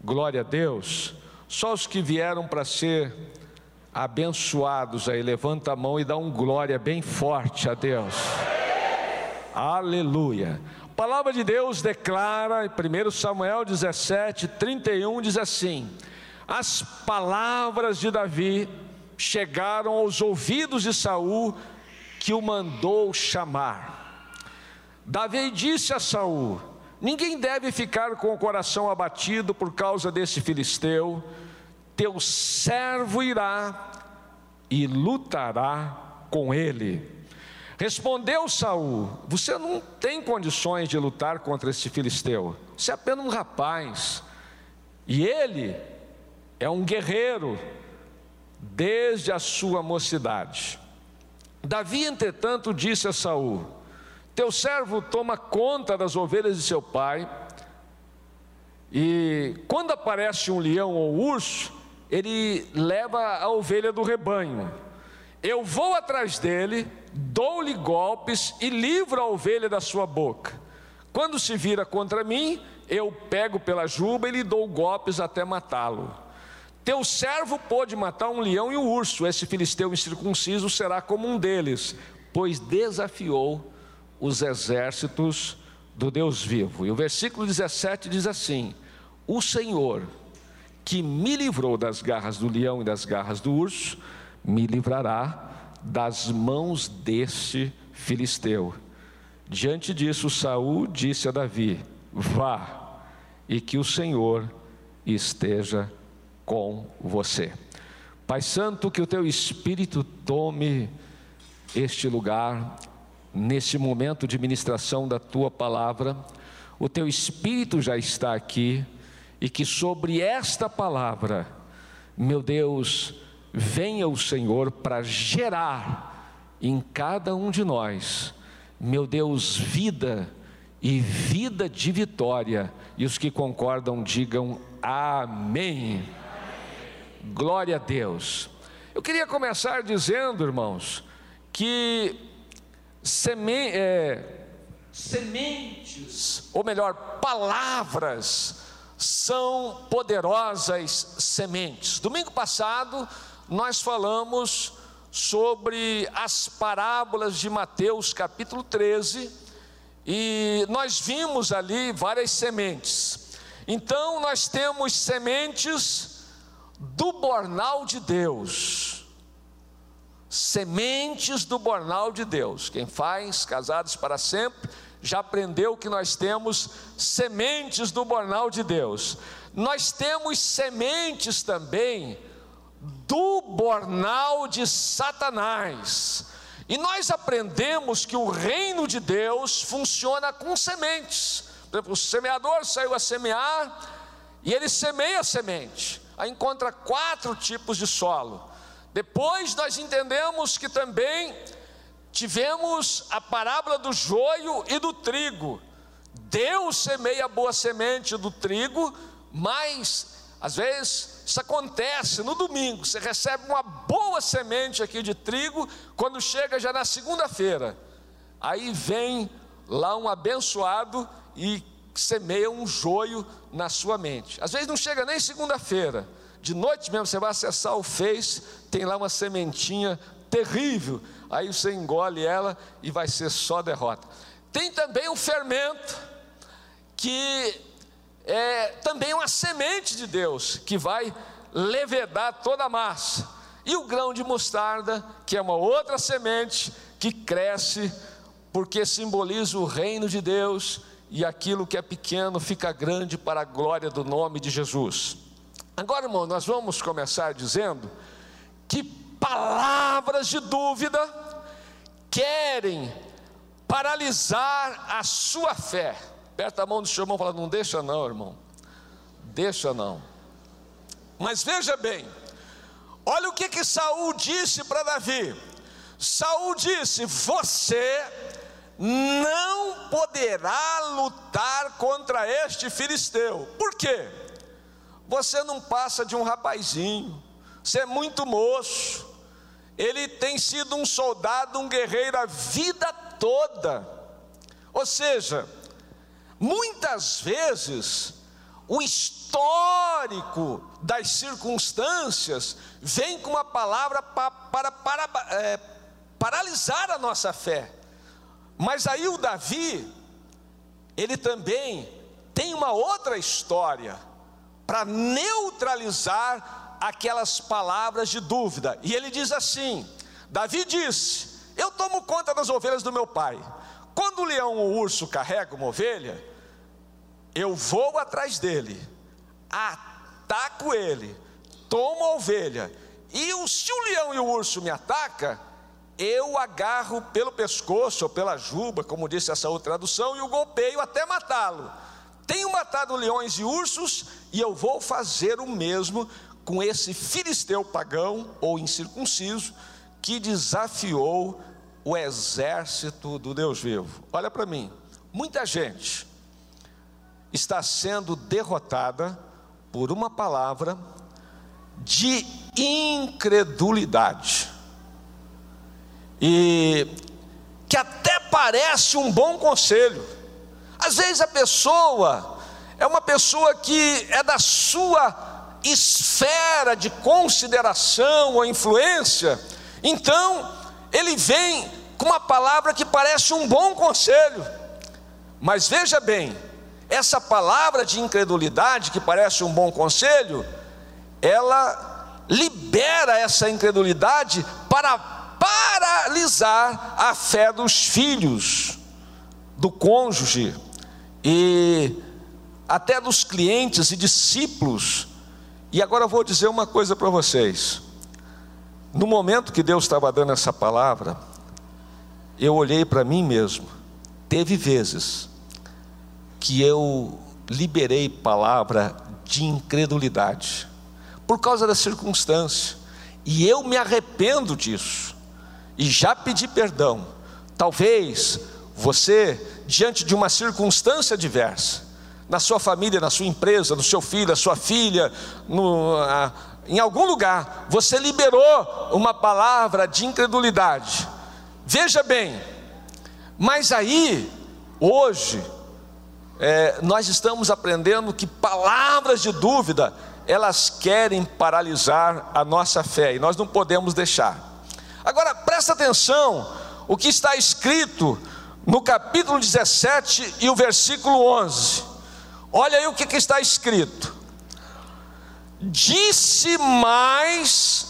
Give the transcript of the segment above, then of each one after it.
Glória a Deus. Só os que vieram para ser abençoados aí, levanta a mão e dá um glória bem forte a Deus. Aleluia. A palavra de Deus declara em 1 Samuel 17:31, diz assim: as palavras de Davi chegaram aos ouvidos de Saul, que o mandou chamar. Davi disse a Saul: ninguém deve ficar com o coração abatido por causa desse filisteu. Teu servo irá e lutará com ele. Respondeu Saul: você não tem condições de lutar contra esse filisteu. Você é apenas um rapaz, e ele é um guerreiro desde a sua mocidade. Davi, entretanto, disse a Saul: teu servo toma conta das ovelhas de seu pai, e quando aparece um leão ou urso, ele leva a ovelha do rebanho. Eu vou atrás dele, dou-lhe golpes e livro a ovelha da sua boca. Quando se vira contra mim, eu pego pela juba e lhe dou golpes até matá-lo. Teu servo pôde matar um leão e um urso. Esse filisteu incircunciso será como um deles, pois desafiou os exércitos do Deus vivo. E o versículo 17 diz assim: o Senhor, que me livrou das garras do leão e das garras do urso, me livrará das mãos deste filisteu. Diante disso, Saul disse a Davi: vá, e que o Senhor esteja com você. Pai Santo, que o teu Espírito tome este lugar, nesse momento de ministração da tua palavra. O teu Espírito já está aqui, e que sobre esta palavra, meu Deus, venha o Senhor para gerar em cada um de nós, meu Deus, vida e vida de vitória. E os que concordam digam amém. Glória a Deus. Eu queria começar dizendo, irmãos, que sementes, ou melhor, palavras, são poderosas sementes. Domingo passado nós falamos sobre as parábolas de Mateus capítulo 13, e nós vimos ali várias sementes. Então nós temos sementes do bornal de Deus, sementes do bornal de Deus. Quem faz Casados para Sempre já aprendeu que nós temos sementes do bornal de Deus. Nós temos sementes também do bornal de Satanás. E nós aprendemos que o reino de Deus funciona com sementes. Por exemplo, o semeador saiu a semear e ele semeia a semente. Aí encontra 4 tipos de solo. Depois nós entendemos que também tivemos a parábola do joio e do trigo. Deus semeia a boa semente do trigo, mas às vezes isso acontece no domingo. Você recebe uma boa semente aqui de trigo, quando chega já na segunda-feira, aí vem lá um abençoado e semeia um joio na sua mente. Às vezes não chega nem segunda-feira, de noite mesmo você vai acessar o Face, tem lá uma sementinha terrível, aí você engole ela e vai ser só derrota. Tem também o fermento, que é também uma semente de Deus, que vai levedar toda a massa. E o grão de mostarda, que é uma outra semente, que cresce, porque simboliza o reino de Deus, e aquilo que é pequeno fica grande para a glória do nome de Jesus. Agora, irmão, nós vamos começar dizendo que palavras de dúvida querem paralisar a sua fé. Aperta a mão do seu irmão e fala: não deixa não, irmão, deixa não. Mas veja bem, olha o que Saul disse para Davi. Saul disse: você não poderá lutar contra este filisteu. Por quê? Você não passa de um rapazinho, você é muito moço. Ele tem sido um soldado, um guerreiro a vida toda. Ou seja, muitas vezes o histórico histórico das circunstâncias vem com uma palavra para paralisar a nossa fé. Mas aí o Davi, ele também tem uma outra história para neutralizar aquelas palavras de dúvida. E ele diz assim: Davi disse: eu tomo conta das ovelhas do meu pai. Quando o leão ou o urso carrega uma ovelha, eu vou atrás dele, ataco ele, tomo a ovelha, e se o leão e o urso me atacam, eu agarro pelo pescoço ou pela juba, como disse essa outra tradução, e o golpeio até matá-lo. Tenho matado leões e ursos, e eu vou fazer o mesmo com esse filisteu pagão ou incircunciso que desafiou o exército do Deus vivo. Olha para mim, muita gente está sendo derrotada por uma palavra de incredulidade, e que até parece um bom conselho. Às vezes a pessoa é uma pessoa que é da sua esfera de consideração ou influência, então ele vem com uma palavra que parece um bom conselho. Mas veja bem, essa palavra de incredulidade que parece um bom conselho, ela libera essa incredulidade para paralisar a fé dos filhos, do cônjuge e até dos clientes e discípulos. E agora eu vou dizer uma coisa para vocês. No momento que Deus estava dando essa palavra, eu olhei para mim mesmo. Teve vezes que eu liberei palavra de incredulidade por causa da circunstância, e eu me arrependo disso e já pedi perdão. Talvez você, diante de uma circunstância adversa, na sua família, na sua empresa, no seu filho, na sua filha, em algum lugar, você liberou uma palavra de incredulidade. Veja bem, mas aí, hoje, nós estamos aprendendo que palavras de dúvida, elas querem paralisar a nossa fé, e nós não podemos deixar. Agora, presta atenção, o que está escrito no capítulo 17 e o versículo 11. Olha aí o que está escrito. Disse mais,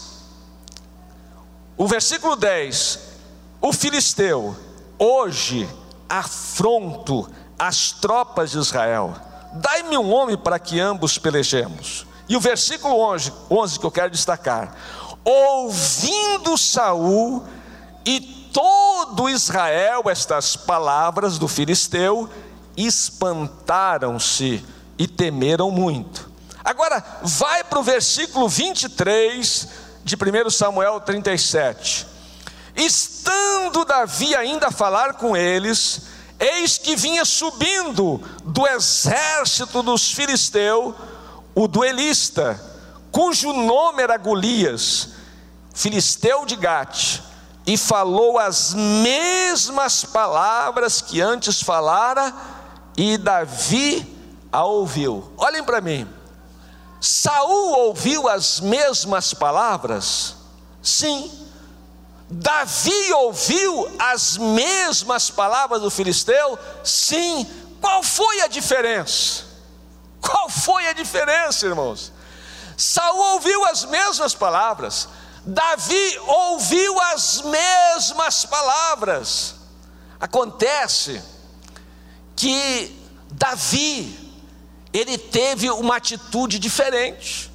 o versículo 10, o filisteu: hoje afronto as tropas de Israel, dai-me um homem para que ambos pelejemos. E o versículo 11 que eu quero destacar: ouvindo Saul e todo Israel estas palavras do filisteu, espantaram-se e temeram muito. Agora vai para o versículo 23 de 1 Samuel 37. Estando Davi ainda a falar com eles, eis que vinha subindo do exército dos filisteus o duelista, cujo nome era Golias, filisteu de Gate, e falou as mesmas palavras que antes falara, e Davi a ouviu. Olhem para mim, Saul ouviu as mesmas palavras? Sim. Davi ouviu as mesmas palavras do filisteu? Sim. Qual foi a diferença? Qual foi a diferença, irmãos? Saul ouviu as mesmas palavras, Davi ouviu as mesmas palavras. Acontece que Davi, ele teve uma atitude diferente.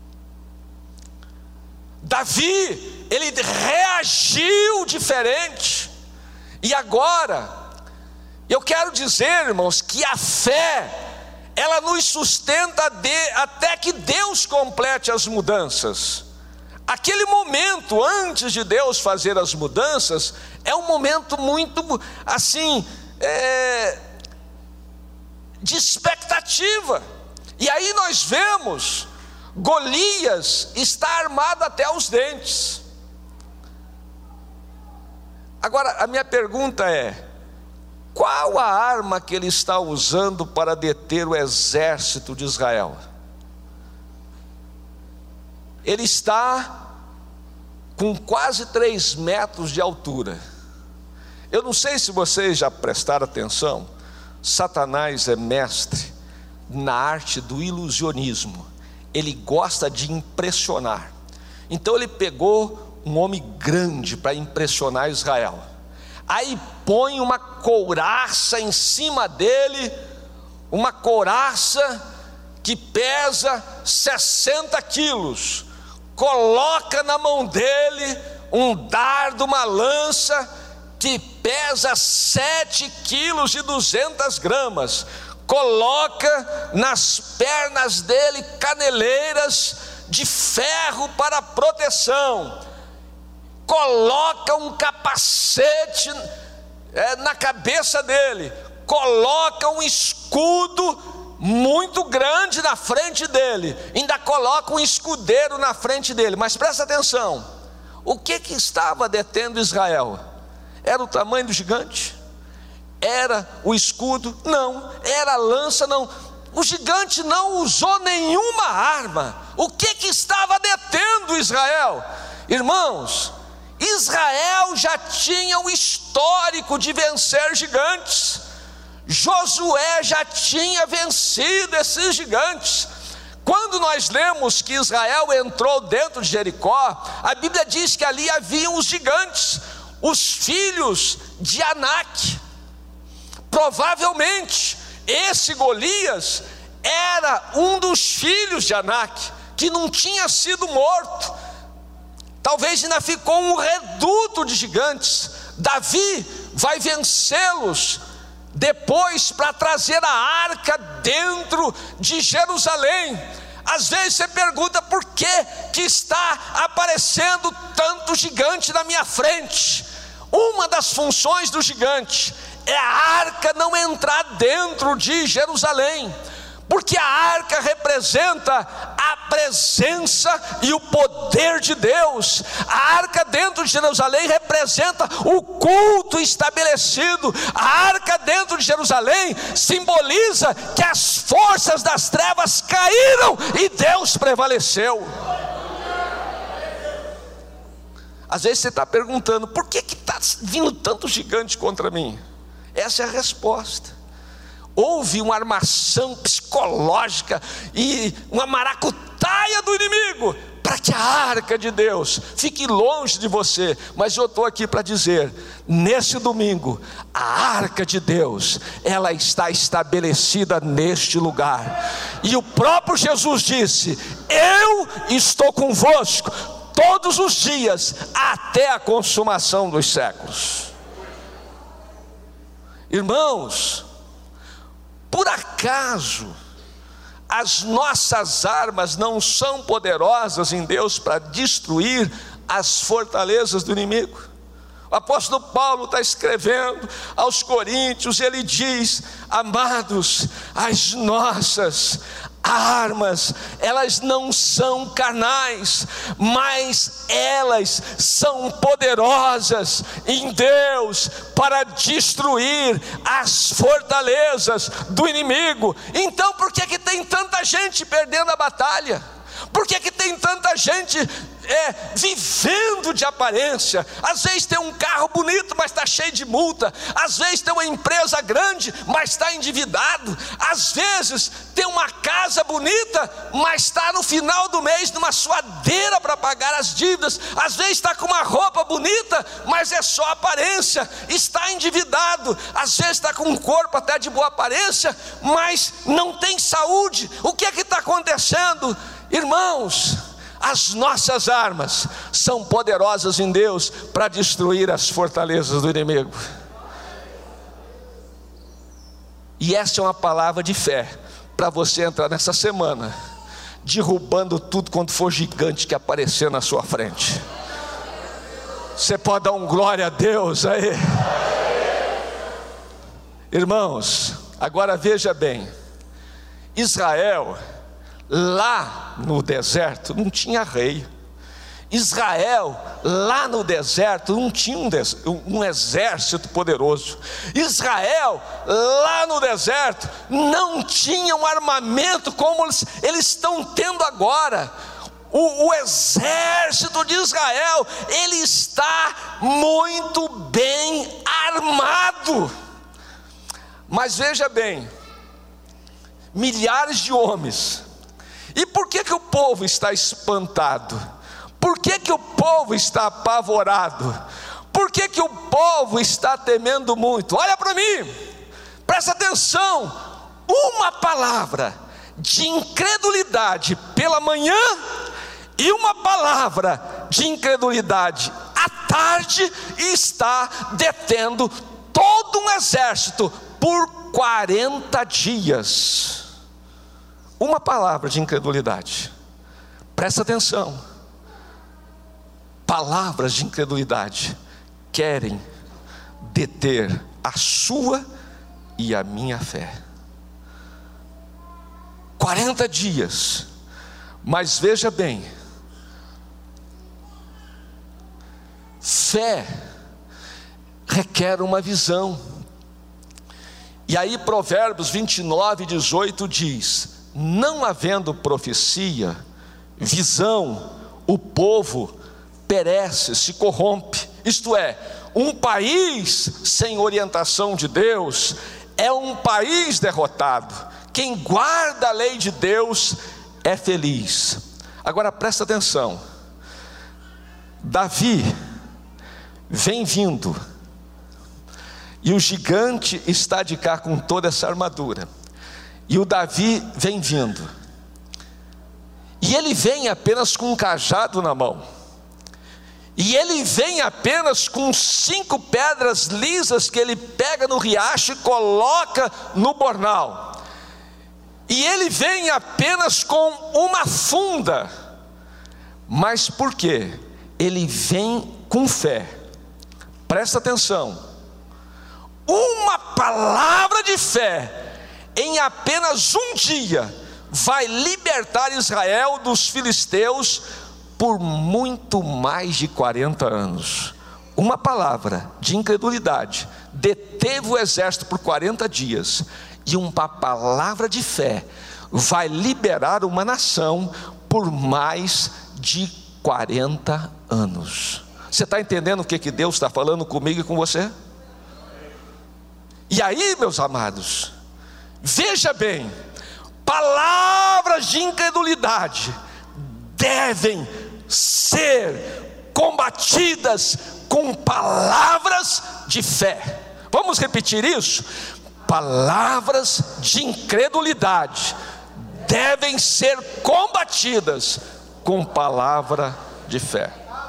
Davi, ele reagiu diferente. E agora, eu quero dizer, irmãos, que a fé, ela nos sustenta até que Deus complete as mudanças. Aquele momento antes de Deus fazer as mudanças é um momento muito assim, de expectativa. E aí nós vemos Golias está armado até os dentes. Agora a minha pergunta é: qual a arma que ele está usando para deter o exército de Israel? ele está com quase 3 metros de altura. Eu não sei se vocês já prestaram atenção, Satanás é mestre na arte do ilusionismo. Ele gosta de impressionar. Então ele pegou um homem grande para impressionar Israel. Aí põe uma couraça em cima dele, uma couraça que pesa 60 quilos. Coloca na mão dele um dardo, uma lança que pesa 7,2 kg. Coloca nas pernas dele caneleiras de ferro para proteção. Coloca um capacete na cabeça dele. Coloca um escudo muito grande na frente dele. Ainda coloca um escudeiro na frente dele. Mas presta atenção: o que estava detendo Israel? Era o tamanho do gigante? Era o escudo? Não. Era a lança? Não. O gigante não usou nenhuma arma. O que estava detendo Israel? Irmãos, Israel já tinha o histórico de vencer gigantes. Josué já tinha vencido esses gigantes. Quando nós lemos que Israel entrou dentro de Jericó, a Bíblia diz que ali haviam os gigantes, os filhos de Anak. Provavelmente esse Golias era um dos filhos de Anak, que não tinha sido morto. Talvez ainda ficou um reduto de gigantes. Davi vai vencê-los depois para trazer a arca dentro de Jerusalém. Às vezes você pergunta: por que está aparecendo tanto gigante na minha frente? Uma das funções do gigante é a arca não entrar dentro de Jerusalém, porque a arca representa a presença e o poder de Deus. A arca dentro de Jerusalém representa o culto estabelecido. A arca dentro de Jerusalém simboliza que as forças das trevas caíram e Deus prevaleceu. Às vezes você está perguntando: por que está vindo tanto gigante contra mim? Essa é a resposta. Houve uma armação psicológica e uma maracutaia do inimigo para que a arca de Deus fique longe de você. Mas eu estou aqui para dizer: nesse domingo, a arca de Deus, ela está estabelecida neste lugar. E o próprio Jesus disse: eu estou convosco todos os dias, até a consumação dos séculos. Irmãos, por acaso as nossas armas não são poderosas em Deus para destruir as fortalezas do inimigo? O apóstolo Paulo está escrevendo aos Coríntios, ele diz: amados, as nossas armas, elas não são carnais, mas elas são poderosas em Deus para destruir as fortalezas do inimigo. Então por que tem tanta gente perdendo a batalha? Por que tem tanta gente vivendo de aparência? Às vezes tem um carro bonito, mas está cheio de multa. Às vezes tem uma empresa grande, mas está endividado. Às vezes tem uma casa bonita, mas está no final do mês numa suadeira para pagar as dívidas. Às vezes está com uma roupa bonita, mas é só aparência, está endividado. Às vezes está com um corpo até de boa aparência, mas não tem saúde. O que está acontecendo? Irmãos, as nossas armas são poderosas em Deus para destruir as fortalezas do inimigo. E essa é uma palavra de fé para você entrar nessa semana derrubando tudo quanto for gigante que aparecer na sua frente. Você pode dar um glória a Deus aí? Irmãos, agora veja bem: Israel, lá no deserto, não tinha rei. Israel, lá no deserto, não tinha um exército poderoso. Israel, lá no deserto, não tinha um armamento como eles estão tendo agora. o exército de Israel, ele está muito bem armado. Mas veja bem, milhares de homens. E por que o povo está espantado? Por que o povo está apavorado? Por que o povo está temendo muito? Olha para mim, presta atenção. Uma palavra de incredulidade pela manhã e uma palavra de incredulidade à tarde está detendo todo um exército por 40 dias. Uma palavra de incredulidade. Presta atenção. Palavras de incredulidade querem deter a sua e a minha fé. 40 dias. Mas veja bem, fé requer uma visão. E aí Provérbios 29:18 diz: não havendo profecia, visão, o povo perece, se corrompe. Isto é, um país sem orientação de Deus é um país derrotado. Quem guarda a lei de Deus é feliz. Agora presta atenção. Davi vem vindo, e o gigante está de cá com toda essa armadura, e o Davi vem vindo, e ele vem apenas com um cajado na mão, e ele vem apenas com 5 pedras lisas que ele pega no riacho e coloca no bornal, e ele vem apenas com uma funda. Mas por quê? Ele vem com fé. Presta atenção. Uma palavra de fé em apenas um dia vai libertar Israel dos filisteus por muito mais de 40 anos. Uma palavra de incredulidade deteve o exército por 40 dias, e uma palavra de fé vai liberar uma nação por mais de 40 anos. Você está entendendo o que Deus está falando comigo e com você? E aí, meus amados, veja bem, palavras de incredulidade devem ser combatidas com palavras de fé. Vamos repetir isso? Palavras de incredulidade devem ser combatidas com palavra de fé.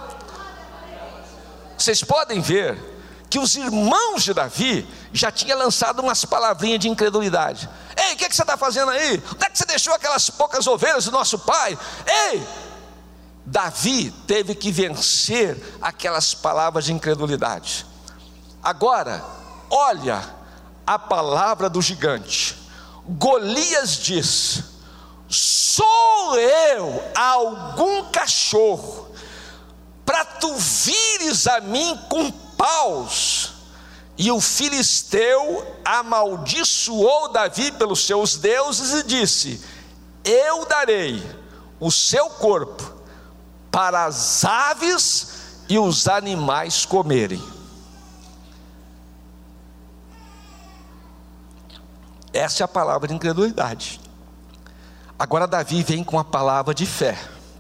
Vocês podem ver que os irmãos de Davi já tinham lançado umas palavrinhas de incredulidade. Ei, o que você está fazendo aí? Onde é que você deixou aquelas poucas ovelhas do nosso pai? Ei! Davi teve que vencer aquelas palavras de incredulidade. Agora, olha a palavra do gigante. Golias diz: sou eu algum cachorro para tu vires a mim com paus? E o filisteu amaldiçoou Davi pelos seus deuses e disse: eu darei o seu corpo para as aves e os animais comerem. Essa é a palavra de incredulidade. Agora Davi vem com a palavra de fé.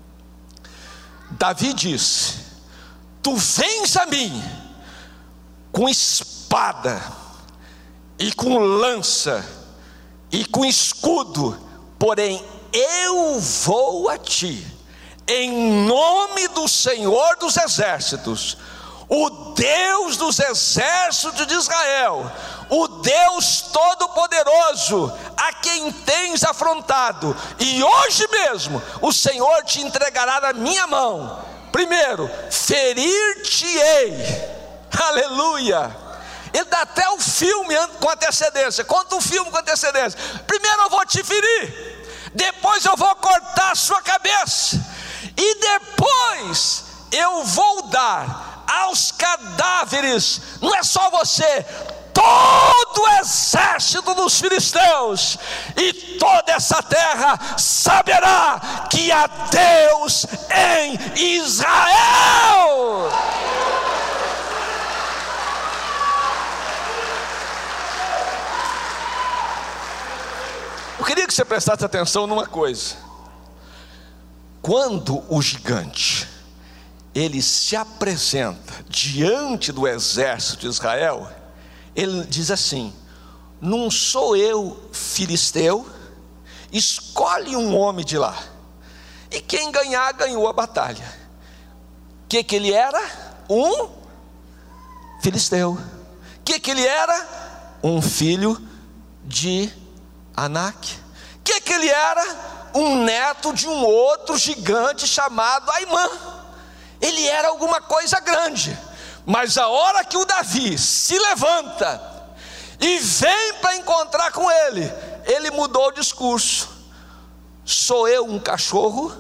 Davi disse: tu vens a mim com espada e com lança e com escudo, porém eu vou a ti em nome do Senhor dos exércitos, o Deus dos exércitos de Israel, o Deus todo-poderoso, a quem tens afrontado, e hoje mesmo o Senhor te entregará na minha mão. Primeiro, ferir-te-ei. Aleluia. Ele dá até o filme com antecedência. Conta o filme com antecedência. Primeiro eu vou te ferir, depois eu vou cortar a sua cabeça, e depois eu vou dar aos cadáveres, não é só você, todo o exército dos filisteus, e toda essa terra saberá que há Deus em Israel. Eu queria que você prestasse atenção numa coisa. Quando o gigante ele se apresenta diante do exército de Israel, ele diz assim: não sou eu filisteu, escolhe um homem de lá, e quem ganhar, ganhou a batalha. O que ele era? Um filisteu. O que ele era? Um filho de Anak. O que ele era? Um neto de um outro gigante chamado Aimã. Ele era alguma coisa grande. Mas a hora que o Davi se levanta e vem para encontrar com ele, ele mudou o discurso. Sou eu um cachorro?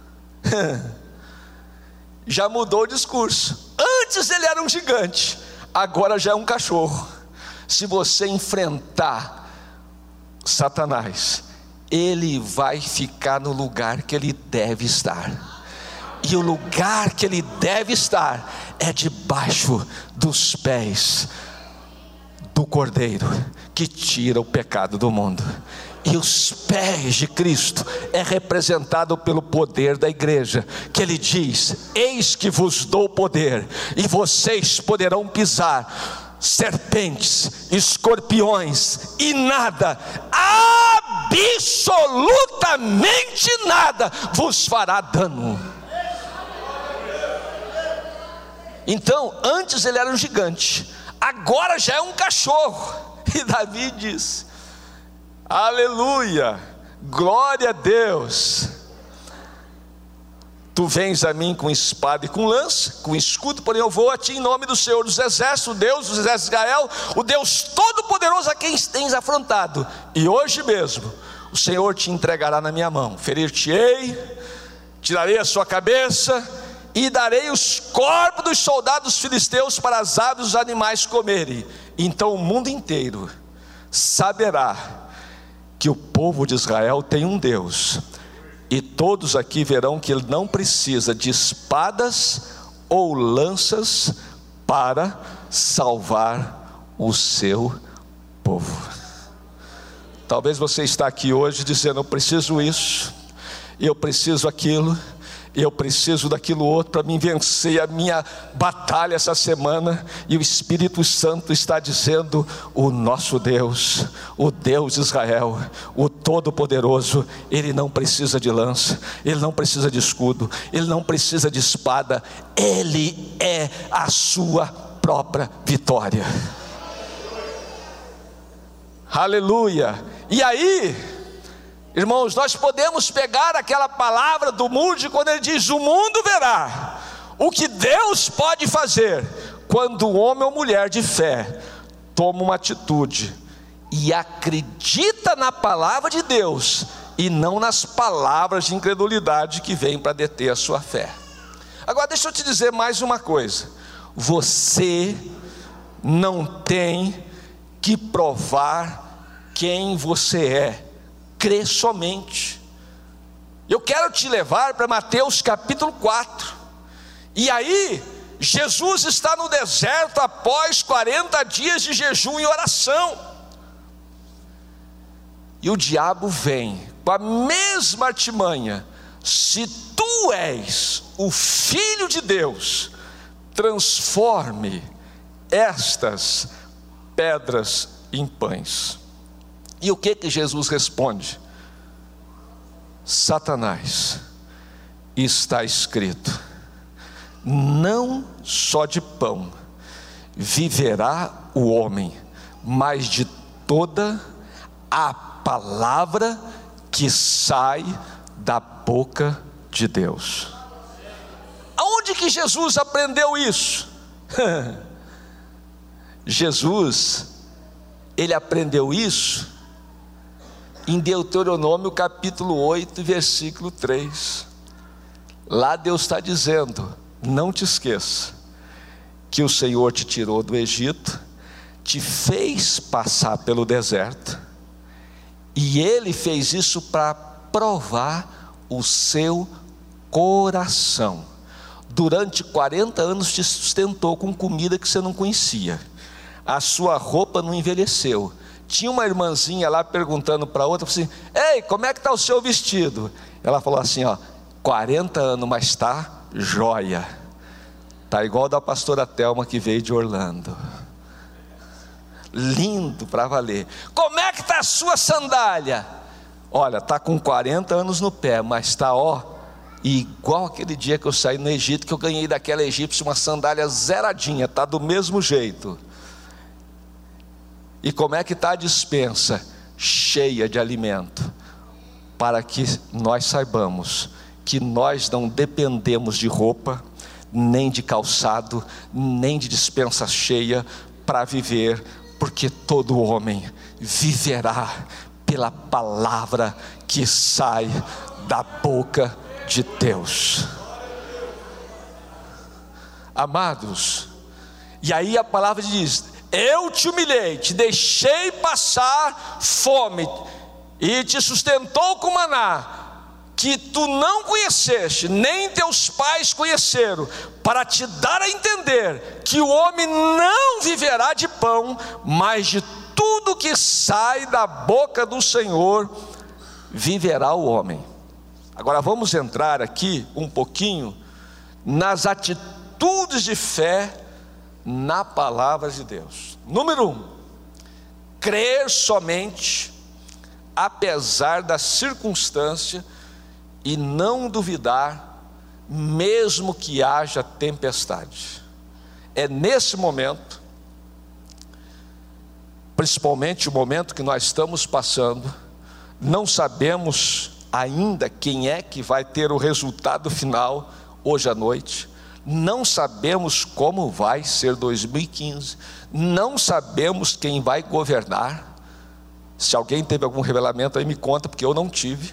Já mudou o discurso. Antes ele era um gigante, agora já é um cachorro. Se você enfrentar Satanás, ele vai ficar no lugar que ele deve estar. E o lugar que ele deve estar é debaixo dos pés do Cordeiro que tira o pecado do mundo. E os pés de Cristo é representado pelo poder da igreja, que ele diz: eis que vos dou poder, e vocês poderão pisar serpentes, escorpiões, e nada, absolutamente nada vos fará dano. Então, antes ele era um gigante, agora já é um cachorro. E Davi diz: aleluia, glória a Deus. Tu vens a mim com espada e com lança, com escudo, porém eu vou a ti em nome do Senhor dos exércitos, o Deus dos exércitos de Israel, o Deus todo-poderoso a quem tens afrontado. E hoje mesmo o Senhor te entregará na minha mão. Ferir-te-ei, tirarei a sua cabeça, e darei os corpos dos soldados filisteus para as aves dos animais comerem. Então o mundo inteiro saberá que o povo de Israel tem um Deus. E todos aqui verão que ele não precisa de espadas ou lanças para salvar o seu povo. Talvez você está aqui hoje dizendo: eu preciso isso, eu preciso aquilo, eu preciso daquilo outro para mim vencer a minha batalha essa semana. E o Espírito Santo está dizendo: o nosso Deus, o Deus de Israel, o Todo-Poderoso, Ele não precisa de lança, Ele não precisa de escudo, Ele não precisa de espada, Ele é a sua própria vitória. Aleluia. E aí, irmãos, nós podemos pegar aquela palavra do Moody, quando ele diz: o mundo verá o que Deus pode fazer quando o homem ou mulher de fé toma uma atitude e acredita na palavra de Deus e não nas palavras de incredulidade que vêm para deter a sua fé. Agora deixa eu te dizer mais uma coisa: você não tem que provar quem você é, crê somente. Eu quero te levar para Mateus capítulo 4. E aí Jesus está no deserto após 40 dias de jejum e oração, e o diabo vem com a mesma artimanha: se tu és o Filho de Deus, transforme estas pedras em pães. E o que Jesus responde? Satanás, está escrito: não só de pão viverá o homem, mas de toda a palavra que sai da boca de Deus. Aonde que Jesus aprendeu isso? Jesus, ele aprendeu isso em Deuteronômio capítulo 8, versículo 3. Lá Deus está dizendo: não te esqueça que o Senhor te tirou do Egito, te fez passar pelo deserto, e Ele fez isso para provar o seu coração. Durante 40 anos te sustentou com comida que você não conhecia, a sua roupa não envelheceu. Tinha uma irmãzinha lá perguntando para outra, assim: ei, como é que está o seu vestido? Ela falou assim: 40 anos, mas está jóia. Está igual da pastora Thelma que veio de Orlando. Lindo para valer. Como é que está a sua sandália? Olha, está com 40 anos no pé, mas está igual aquele dia que eu saí no Egito, que eu ganhei daquela egípcia uma sandália zeradinha, está do mesmo jeito. E como é que está a despensa? Cheia de alimento, para que nós saibamos que nós não dependemos de roupa, nem de calçado, nem de despensa cheia para viver, porque todo homem viverá pela palavra que sai da boca de Deus. Amados, e aí a palavra diz: eu te humilhei, te deixei passar fome, e te sustentou com maná, que tu não conheceste, nem teus pais conheceram, para te dar a entender que o homem não viverá de pão, mas de tudo que sai da boca do Senhor viverá o homem. Agora vamos entrar aqui um pouquinho nas atitudes de fé na palavra de Deus. Número 1, crer somente apesar da circunstância e não duvidar, mesmo que haja tempestade. É nesse momento, principalmente o momento que nós estamos passando, não sabemos ainda quem é que vai ter o resultado final hoje à noite, não sabemos como vai ser 2015, não sabemos quem vai governar. Se alguém teve algum revelamento aí, me conta, porque eu não tive.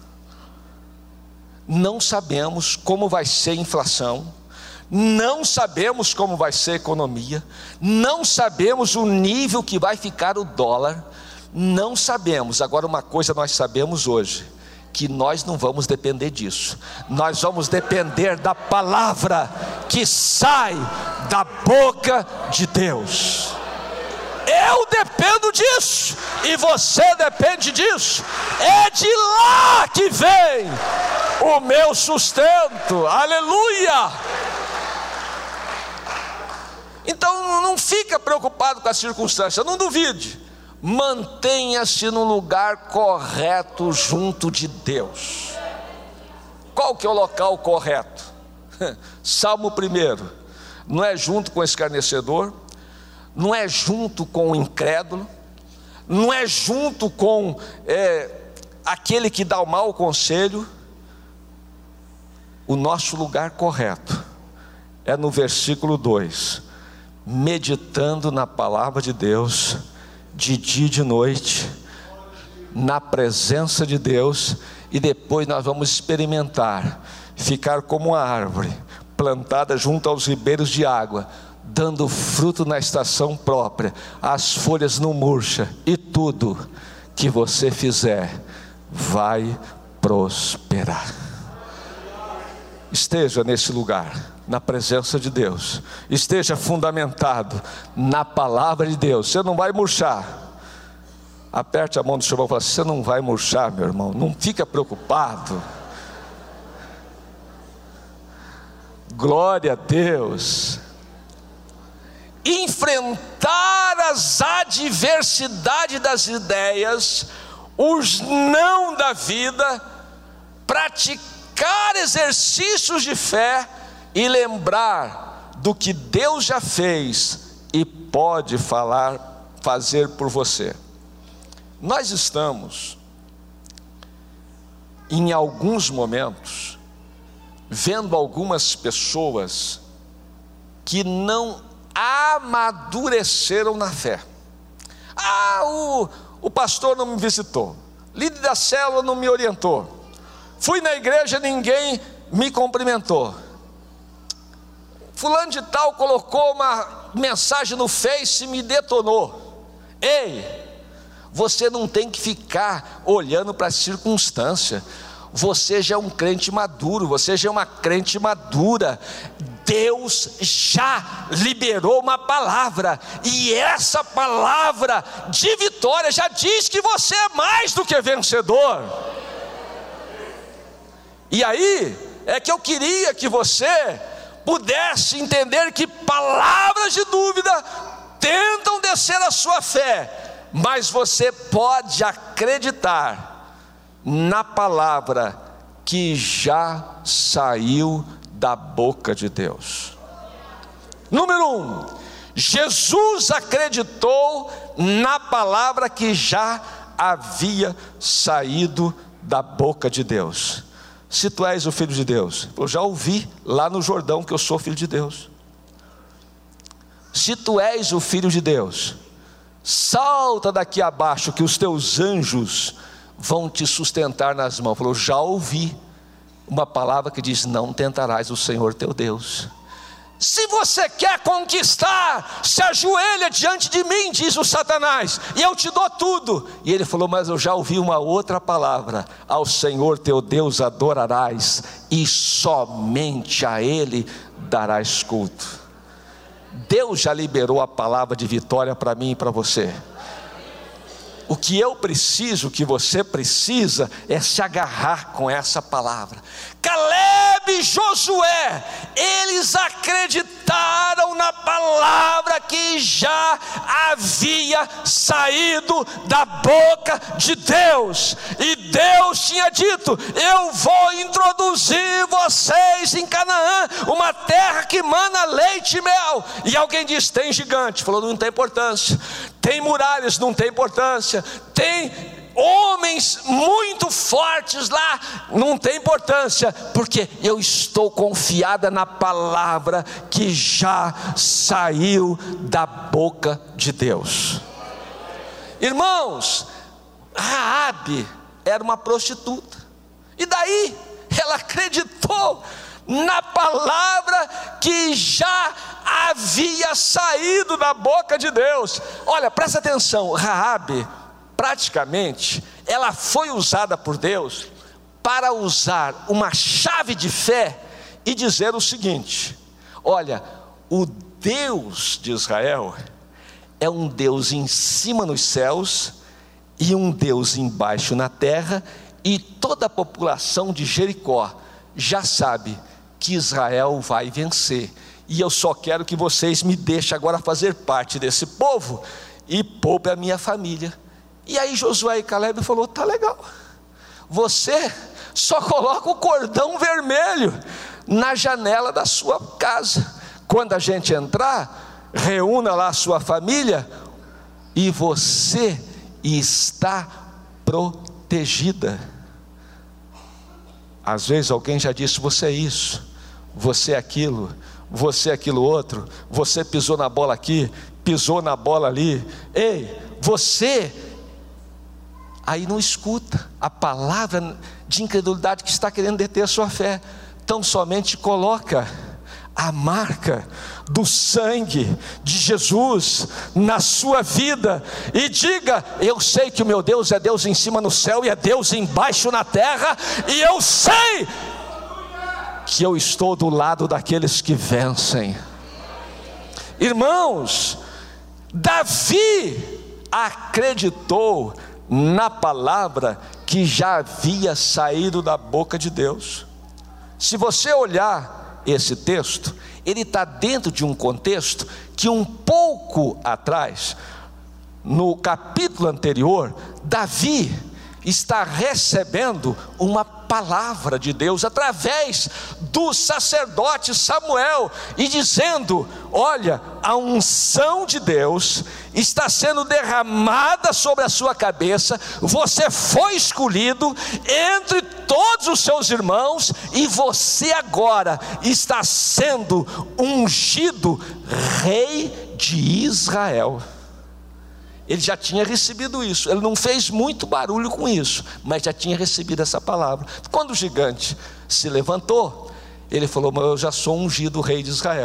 Não sabemos como vai ser a inflação, não sabemos como vai ser a economia, não sabemos o nível que vai ficar o dólar, não sabemos. Agora, uma coisa nós sabemos hoje, que nós não vamos depender disso, nós vamos depender da palavra que sai da boca de Deus. Eu dependo disso, e você depende disso. É de lá que vem o meu sustento. Aleluia! Então não fica preocupado com a circunstância, não duvide. Mantenha-se no lugar correto junto de Deus. Qual que é o local correto? Salmo 1, não é junto com o escarnecedor, não é junto com o incrédulo, não é junto com aquele que dá o mau conselho. O nosso lugar correto é no versículo 2, meditando na palavra de Deus, de dia e de noite, na presença de Deus, e depois nós vamos experimentar, ficar como uma árvore, plantada junto aos ribeiros de água, dando fruto na estação própria, as folhas não murcham, e tudo que você fizer vai prosperar. Esteja nesse lugar, na presença de Deus, esteja fundamentado na palavra de Deus. Você não vai murchar. Aperte a mão do seu irmão e fala: você não vai murchar, meu irmão, não fica preocupado. Glória a Deus. Enfrentar as adversidades das ideias, os não da vida, praticar exercícios de fé e lembrar do que Deus já fez e pode fazer por você. Nós estamos, em alguns momentos, vendo algumas pessoas que não amadureceram na fé. O pastor não me visitou, líder da célula não me orientou, fui na igreja, ninguém me cumprimentou, fulano de tal colocou uma mensagem no Face me detonou. Ei, você não tem que ficar olhando para a circunstância. Você já é um crente maduro, você já é uma crente madura. Deus já liberou uma palavra, e essa palavra de vitória já diz que você é mais do que vencedor. E aí é que eu queria que você pudesse entender que palavras de dúvida tentam descer a sua fé, mas você pode acreditar na palavra que já saiu da boca de Deus. Número 1, Jesus acreditou na palavra que já havia saído da boca de Deus. Se tu és o filho de Deus, eu já ouvi lá no Jordão que eu sou filho de Deus. Se tu és o filho de Deus, salta daqui abaixo que os teus anjos vão te sustentar nas mãos. Falou, já ouvi uma palavra que diz, não tentarás o Senhor teu Deus. Se você quer conquistar, se ajoelha diante de mim, diz o Satanás, e eu te dou tudo. E ele falou, mas eu já ouvi uma outra palavra, ao Senhor teu Deus adorarás, e somente a Ele darás culto. Deus já liberou a palavra de vitória para mim e para você. O que eu preciso, o que você precisa, é se agarrar com essa palavra. Caleb e Josué, eles acreditaram na palavra que já havia saído da boca de Deus. E Deus tinha dito, eu vou introduzir vocês em Canaã, uma terra que mana leite e mel. E alguém disse, tem gigante. Falou, não tem importância. Tem muralhas, não tem importância. Tem homens muito fortes lá, não tem importância, porque eu estou confiada na palavra que já saiu da boca de Deus. Irmãos, Raabe era uma prostituta, e daí ela acreditou na palavra que já havia saído da boca de Deus. Olha, presta atenção, Raabe, praticamente, ela foi usada por Deus para usar uma chave de fé e dizer o seguinte: olha, o Deus de Israel é um Deus em cima nos céus e um Deus embaixo na terra, e toda a população de Jericó já sabe que Israel vai vencer, e eu só quero que vocês me deixem agora fazer parte desse povo e poupe a minha família. E aí Josué e Caleb falou, tá legal, você só coloca o cordão vermelho na janela da sua casa, quando a gente entrar, reúna lá a sua família, e você está protegida. Às vezes alguém já disse, você é isso, você é aquilo, você é aquilo outro, você pisou na bola aqui, pisou na bola ali. Ei, você, aí não escuta a palavra de incredulidade que está querendo deter a sua fé. Tão somente coloca a marca do sangue de Jesus na sua vida e diga, eu sei que o meu Deus é Deus em cima no céu e é Deus embaixo na terra, e eu sei que eu estou do lado daqueles que vencem. Irmãos, Davi acreditou na palavra que já havia saído da boca de Deus. Se você olhar esse texto, ele está dentro de um contexto que um pouco atrás, no capítulo anterior, Davi está recebendo uma palavra de Deus através do sacerdote Samuel, e dizendo, olha, a unção de Deus está sendo derramada sobre a sua cabeça, você foi escolhido entre todos os seus irmãos, e você agora está sendo ungido rei de Israel. Ele já tinha recebido isso, ele não fez muito barulho com isso, mas já tinha recebido essa palavra. Quando o gigante se levantou, ele falou, mas eu já sou ungido rei de Israel.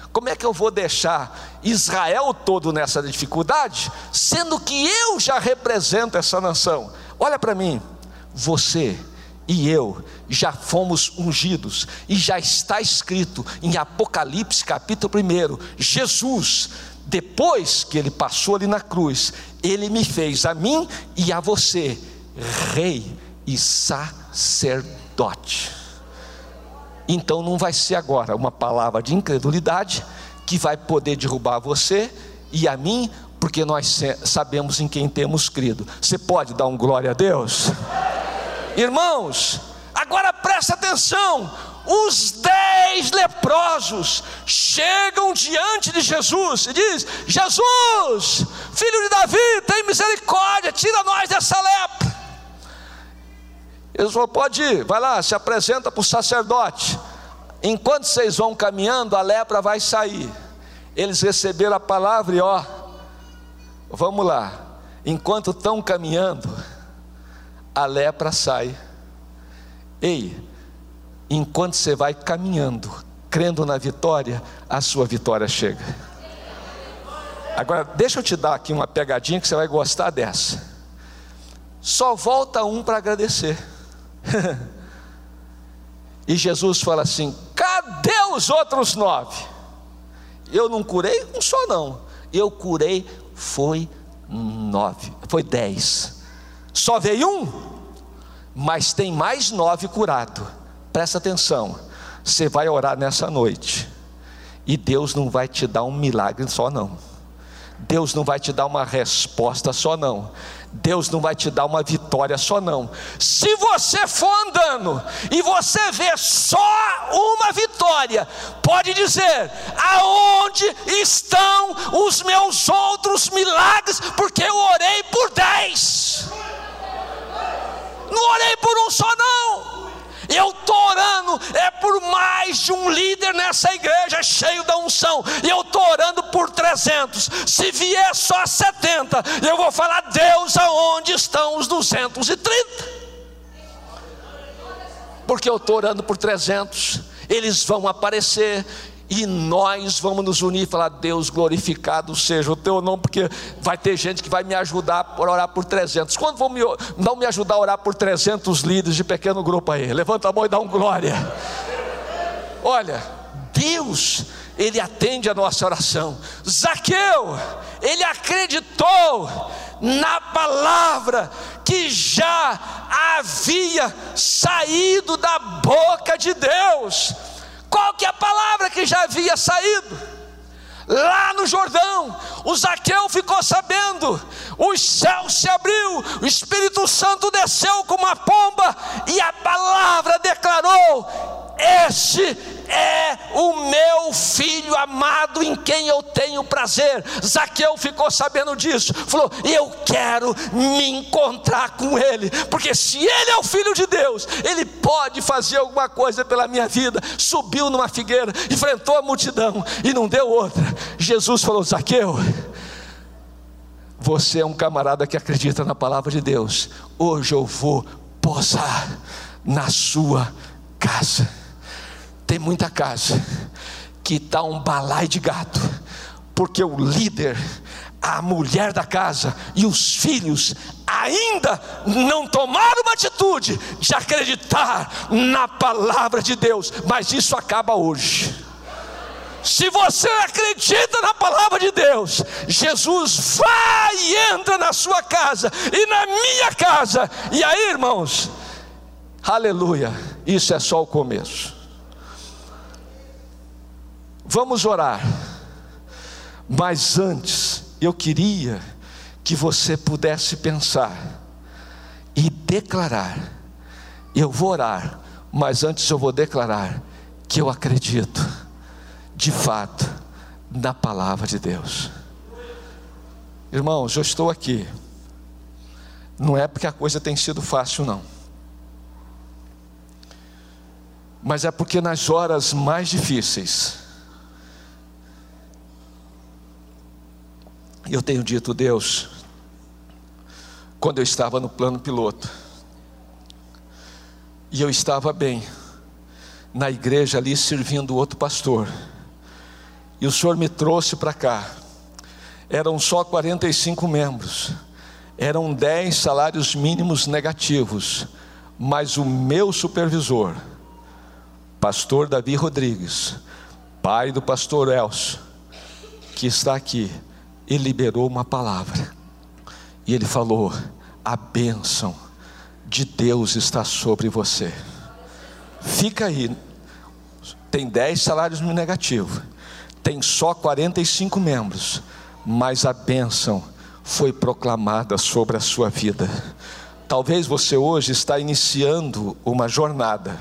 Como é que eu vou deixar Israel todo nessa dificuldade, sendo que eu já represento essa nação? Olha para mim, você e eu já fomos ungidos, e já está escrito em Apocalipse capítulo 1, Jesus, depois que ele passou ali na cruz, ele me fez a mim e a você rei e sacerdote. Então não vai ser agora uma palavra de incredulidade que vai poder derrubar você e a mim, porque nós sabemos em quem temos crido. Você pode dar um glória a Deus? Irmãos, agora presta atenção. Os 10 leprosos chegam diante de Jesus e diz: Jesus, filho de Davi, tem misericórdia, tira nós dessa lepra. Ele falou: pode ir, vai lá, se apresenta para o sacerdote. Enquanto vocês vão caminhando, a lepra vai sair. Eles receberam a palavra e vamos lá. Enquanto estão caminhando, a lepra sai. Ei, enquanto você vai caminhando, crendo na vitória, a sua vitória chega. Agora deixa eu te dar aqui uma pegadinha que você vai gostar dessa. Só volta um para agradecer. E Jesus fala assim: cadê os outros 9? Eu não curei um só não, eu curei foi 10. Só veio um, mas tem mais 9 curado. Presta atenção, você vai orar nessa noite, e Deus não vai te dar um milagre só não, Deus não vai te dar uma resposta só não, Deus não vai te dar uma vitória só não. Se você for andando e você vê só uma vitória, pode dizer: aonde estão os meus outros milagres? Porque eu orei por 10, não orei por um só não. Eu estou orando por mais de um líder nessa igreja cheio da unção, e eu estou orando por 300. Se vier só 70, eu vou falar: Deus, aonde estão os 230? Porque eu estou orando por 300, eles vão aparecer, e nós vamos nos unir e falar: Deus, glorificado seja o teu nome, porque vai ter gente que vai me ajudar a orar por 300. Quando não me ajudar a orar por 300 líderes de pequeno grupo aí? Levanta a mão e dá um glória. Olha, Deus, Ele atende a nossa oração. Zaqueu, ele acreditou na palavra que já havia saído da boca de Deus. Qual que é a palavra que já havia saído? Lá no Jordão, o Zaqueu ficou sabendo, os céus se abriu, o Espírito Santo desceu com uma pomba, e a palavra declarou: este é o meu filho amado, em quem eu tenho prazer. Zaqueu ficou sabendo disso, falou: eu quero me encontrar com ele, porque se ele é o filho de Deus, ele pode fazer alguma coisa pela minha vida. Subiu numa figueira, enfrentou a multidão e não deu outra. Jesus falou: Zaqueu, você é um camarada que acredita na palavra de Deus. Hoje eu vou posar na sua casa. Tem muita casa que está um balaio de gato, porque o líder, a mulher da casa e os filhos ainda não tomaram uma atitude de acreditar na palavra de Deus. Mas isso acaba hoje. Se você acredita na palavra de Deus, Jesus vai e entra na sua casa e na minha casa. E aí, irmãos, aleluia, isso é só o começo. Vamos orar, mas antes eu queria que você pudesse pensar e declarar. Eu vou orar, mas antes eu vou declarar que eu acredito de fato na palavra de Deus. Irmãos, eu estou aqui, não é porque a coisa tem sido fácil não, mas é porque nas horas mais difíceis eu tenho dito: Deus, quando eu estava no plano piloto e eu estava bem na igreja ali servindo outro pastor, e o Senhor me trouxe para cá. Eram só 45 membros, eram 10 salários mínimos negativos, mas o meu supervisor, pastor Davi Rodrigues, pai do pastor Elcio, que está aqui, ele liberou uma palavra, e ele falou: a bênção de Deus está sobre você. Fica aí, tem 10 salários negativos, tem só 45 membros, mas a bênção foi proclamada sobre a sua vida. Talvez você hoje está iniciando uma jornada,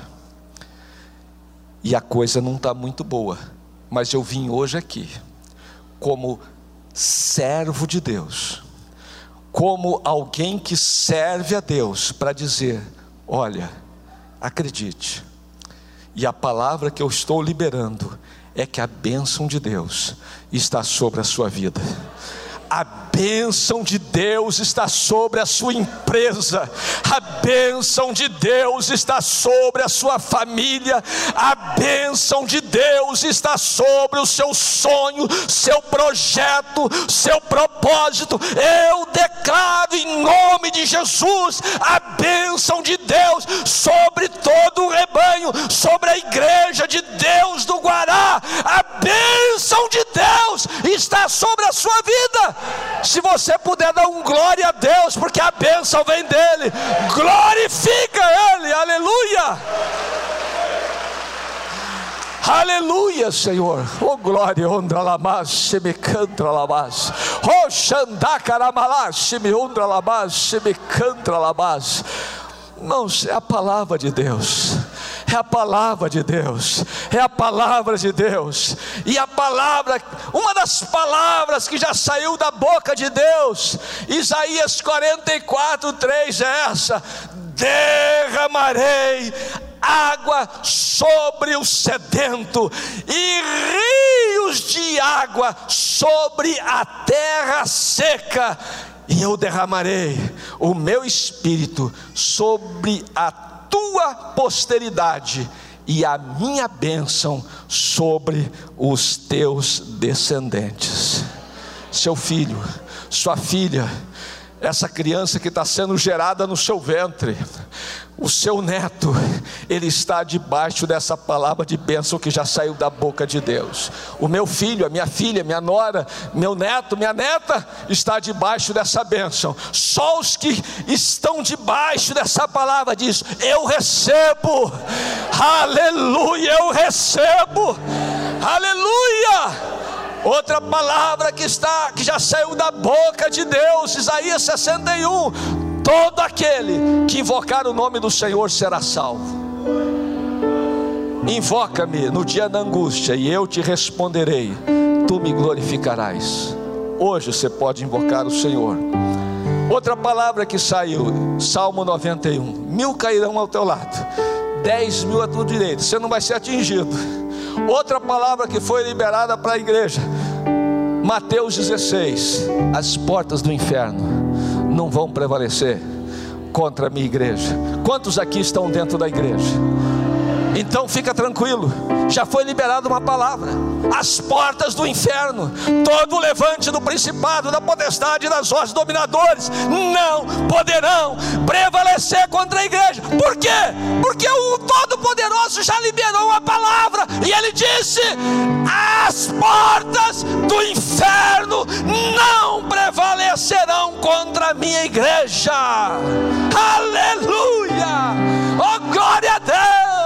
e a coisa não está muito boa, mas eu vim hoje aqui, como servo de Deus, como alguém que serve a Deus, para dizer: olha, acredite, e a palavra que eu estou liberando é que a bênção de Deus está sobre a sua vida. A bênção de Deus está sobre a sua empresa, a bênção de Deus está sobre a sua família, a bênção de Deus está sobre o seu sonho, seu projeto, seu propósito. Eu declaro em nome de Jesus a bênção de Deus sobre todo o rebanho, sobre a igreja de Deus do Guará. A bênção de Deus está sobre a sua vida. Se você puder dar um glória a Deus, porque a bênção vem dele, glorifica ele, aleluia, aleluia, Senhor. Oh glória, ondra lamas, me cantra lamas, oh xandacaramalas, me ondra lamas, me cantra lamas. Irmãos, é a palavra de Deus, é a palavra de Deus, é a palavra de Deus. E a palavra, uma das palavras que já saiu da boca de Deus, Isaías 44:3 é essa: derramarei água sobre o sedento e rios de água sobre a terra seca. E eu derramarei o meu espírito sobre a tua posteridade e a minha bênção sobre os teus descendentes. Seu filho, sua filha, essa criança que está sendo gerada no seu ventre, o seu neto, ele está debaixo dessa palavra de bênção que já saiu da boca de Deus. O meu filho, a minha filha, minha nora, meu neto, minha neta, está debaixo dessa bênção. Só os que estão debaixo dessa palavra diz: eu recebo, aleluia, eu recebo, aleluia. Outra palavra que já saiu da boca de Deus, Isaías 61: todo aquele que invocar o nome do Senhor será salvo. Invoca-me no dia da angústia e eu te responderei, tu me glorificarás. Hoje você pode invocar o Senhor. Outra palavra que saiu, Salmo 91: 1000 cairão ao teu lado, 10.000 à tua direita, você não vai ser atingido. Outra palavra que foi liberada para a igreja, Mateus 16: as portas do inferno não vão prevalecer contra a minha igreja. Quantos aqui estão dentro da igreja? Então fica tranquilo, já foi liberada uma palavra: as portas do inferno, todo o levante do principado, da potestade e das hostes dominadores não poderão prevalecer contra a igreja. Por quê? Porque o Todo-Poderoso já liberou a palavra, e ele disse: as portas do inferno não prevalecerão contra a minha igreja. Aleluia, oh glória a Deus.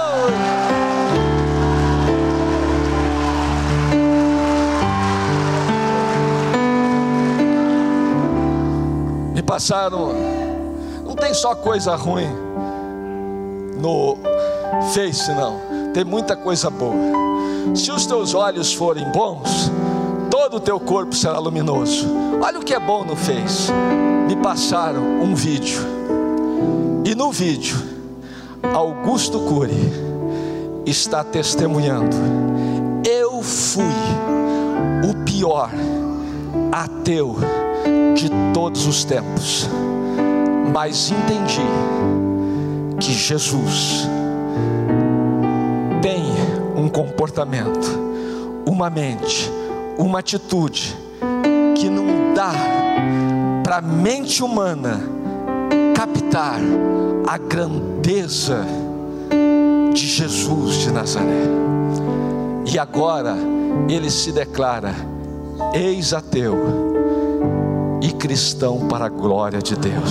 Me passaram, não tem só coisa ruim no Face, não, tem muita coisa boa. Se os teus olhos forem bons, todo o teu corpo será luminoso. Olha o que é bom no Face. Me passaram um vídeo, e no vídeo Augusto Cury está testemunhando: eu fui o pior ateu de todos os tempos, mas entendi que Jesus tem um comportamento, uma mente, uma atitude que não dá para a mente humana captar a grandeza de Jesus de Nazaré. E agora ele se declara ex-ateu e cristão para a glória de Deus.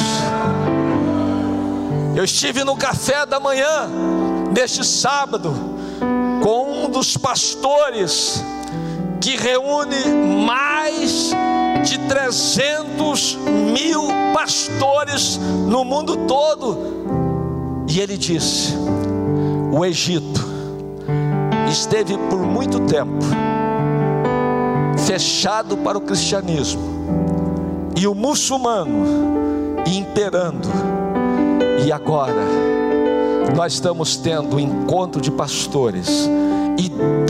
Eu estive no café da manhã neste sábado com um dos pastores que reúne mais de 300 mil pastores no mundo todo, e ele disse: o Egito esteve por muito tempo fechado para o cristianismo, e o muçulmano imperando, e agora nós estamos tendo um encontro de pastores, e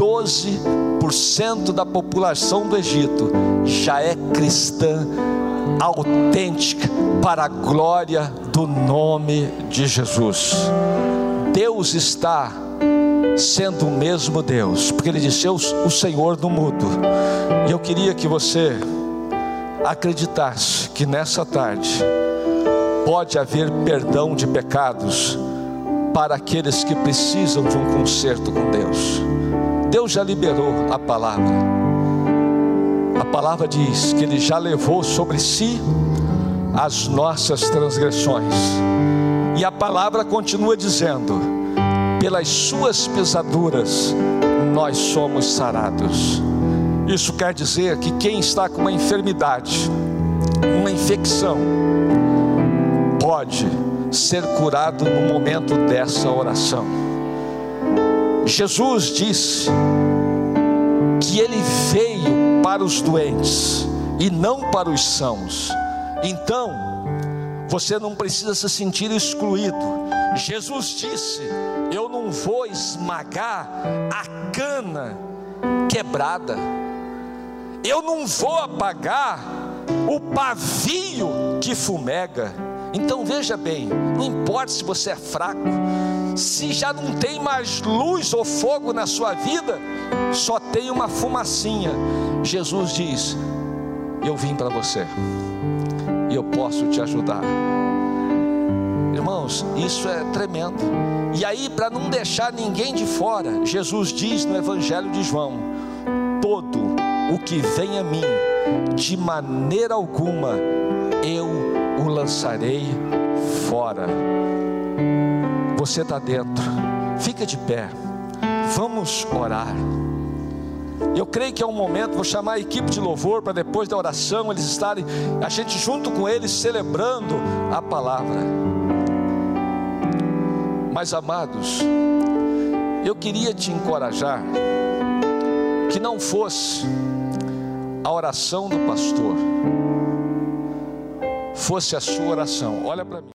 12% da população do Egito já é cristã autêntica para a glória do nome de Jesus. Deus está sendo o mesmo Deus, porque ele disse: o Senhor não muda. E eu queria que você acreditasse que nessa tarde pode haver perdão de pecados para aqueles que precisam de um conserto com Deus. Deus já liberou a palavra. A palavra diz que ele já levou sobre si as nossas transgressões, e a palavra continua dizendo: pelas suas pisaduras nós somos sarados. Isso quer dizer que quem está com uma enfermidade, uma infecção, pode ser curado no momento dessa oração. Jesus disse que ele veio para os doentes e não para os sãos. Então você não precisa se sentir excluído. Jesus disse: eu não vou esmagar a cana quebrada, eu não vou apagar o pavio que fumega. Então veja bem, não importa se você é fraco, se já não tem mais luz ou fogo na sua vida, só tem uma fumacinha. Jesus diz: eu vim para você e eu posso te ajudar. Irmãos, isso é tremendo. E aí, para não deixar ninguém de fora, Jesus diz no Evangelho de João: todo o que vem a mim, de maneira alguma eu o lançarei fora. Você está dentro, fica de pé, vamos orar. Eu creio que é um momento, vou chamar a equipe de louvor para depois da oração eles estarem, a gente junto com eles celebrando a palavra. Mas amados, eu queria te encorajar que não fosse a oração do pastor, fosse a sua oração. Olha para mim.